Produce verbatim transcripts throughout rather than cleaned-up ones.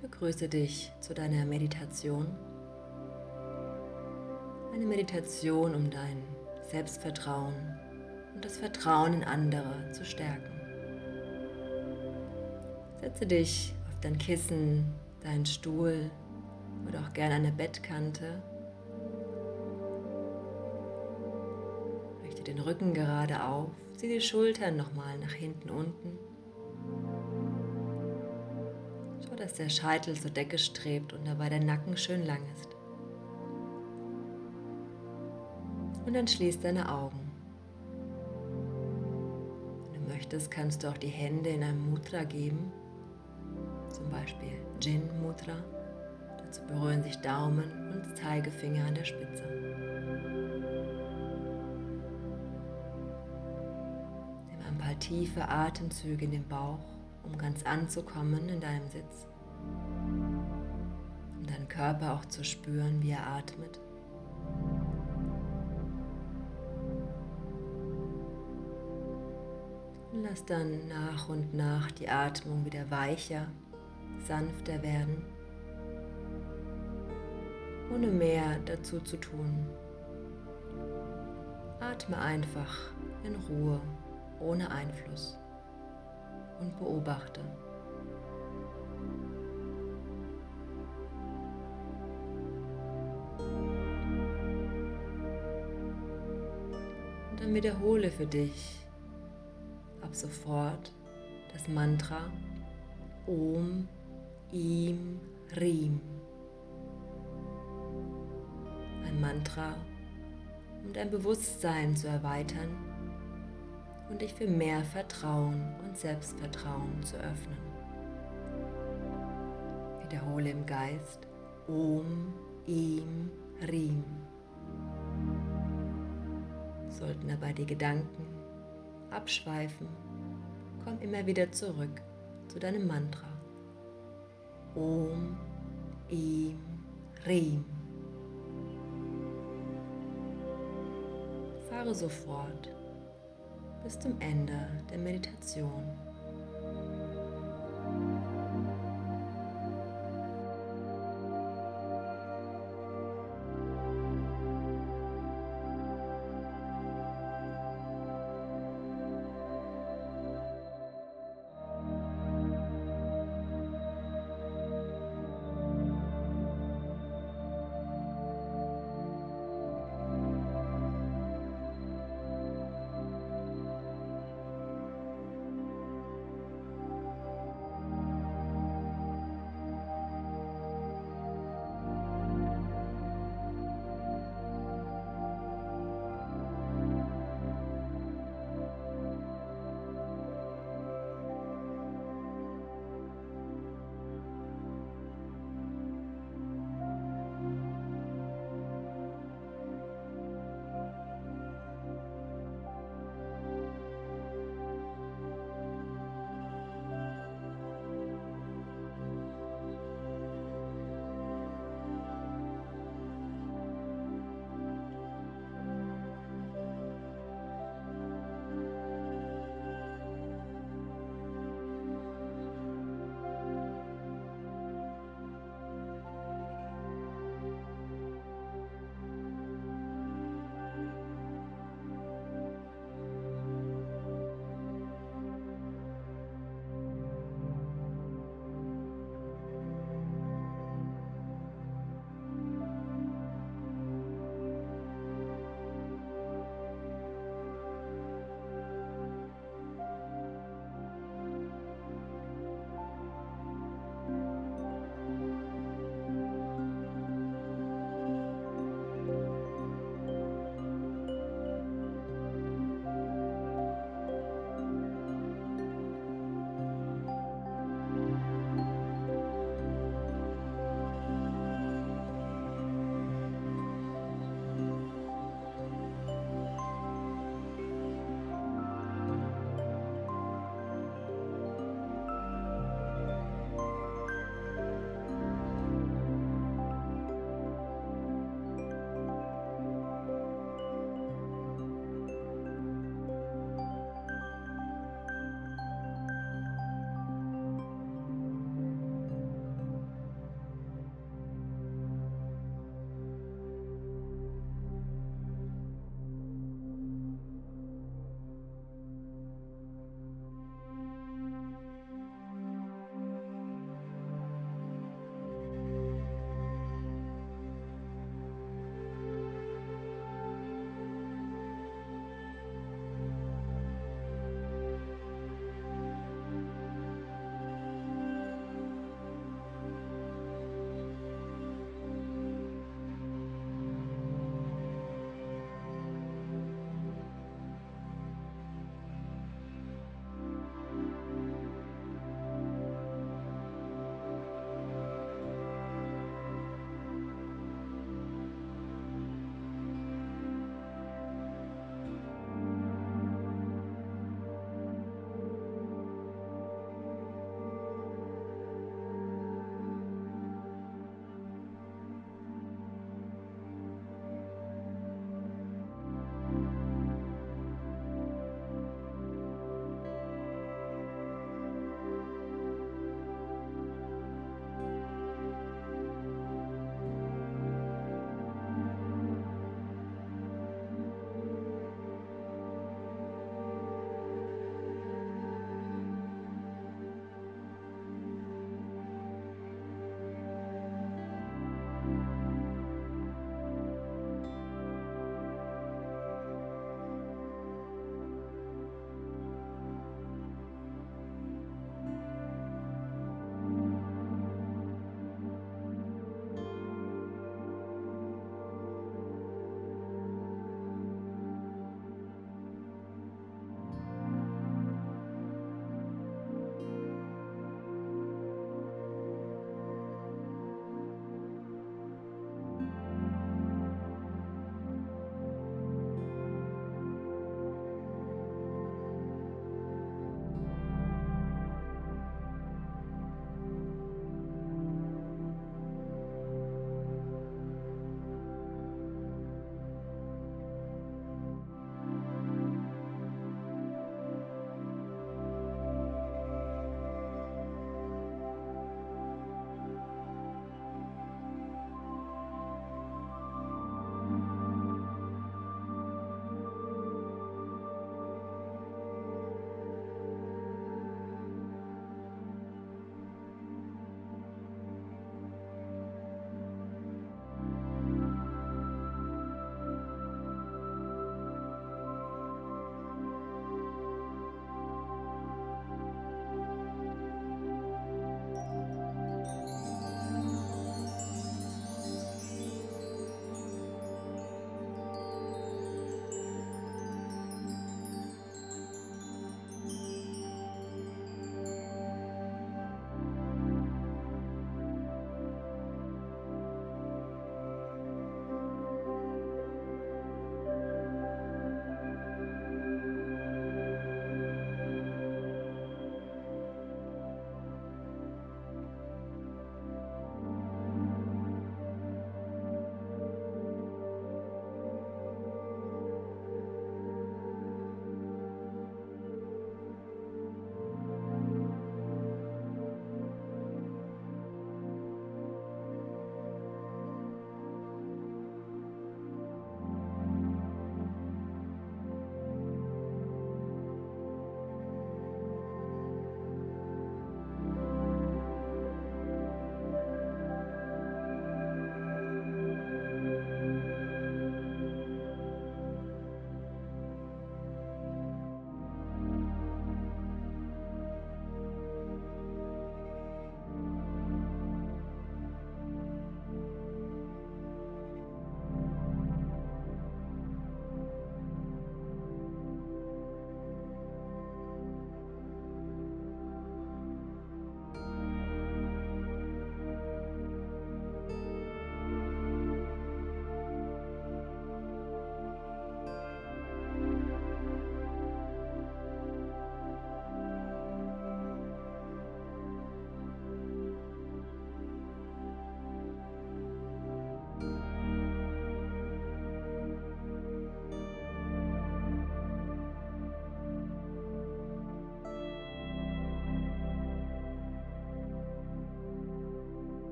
Begrüße dich zu deiner Meditation. Eine Meditation, um dein Selbstvertrauen und das Vertrauen in andere zu stärken. Setze dich auf dein Kissen, deinen Stuhl oder auch gerne eine Bettkante. Richte den Rücken gerade auf, zieh die Schultern nochmal nach hinten unten. Schau, dass der Scheitel zur Decke strebt und dabei der Nacken schön lang ist. Und dann schließ deine Augen. Wenn du möchtest, kannst du auch die Hände in einem Mudra geben, zum Beispiel Jin Mudra. Dazu berühren sich Daumen und Zeigefinger an der Spitze. Nimm ein paar tiefe Atemzüge in den Bauch, um ganz anzukommen in deinem Sitz. Um deinen Körper auch zu spüren, wie er atmet. Und lass dann nach und nach die Atmung wieder weicher, sanfter werden, ohne mehr dazu zu tun. Atme einfach in Ruhe, ohne Einfluss und beobachte. Und dann wiederhole für dich ab sofort das Mantra Om Im Rim. Ein Mantra, um dein Bewusstsein zu erweitern und dich für mehr Vertrauen und Selbstvertrauen zu öffnen. Wiederhole im Geist Om Im Rim. Sollten dabei die Gedanken abschweifen, komm immer wieder zurück zu deinem Mantra. Om Im Rim. Fahre sofort bis zum Ende der Meditation.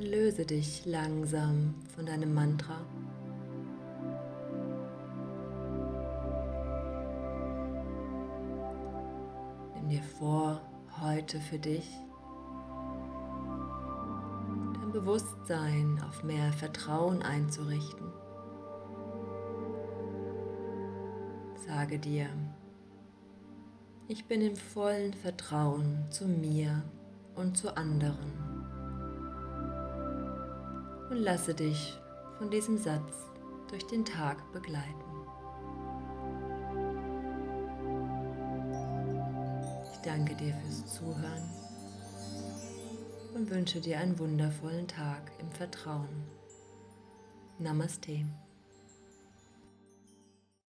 löse dich langsam von deinem Mantra. Nimm dir vor, heute für dich dein Bewusstsein auf mehr Vertrauen einzurichten. Sage dir, ich bin im vollen Vertrauen zu mir und zu anderen und lasse dich von diesem Satz durch den Tag begleiten. Ich danke dir fürs Zuhören und wünsche dir einen wundervollen Tag im Vertrauen. Namaste.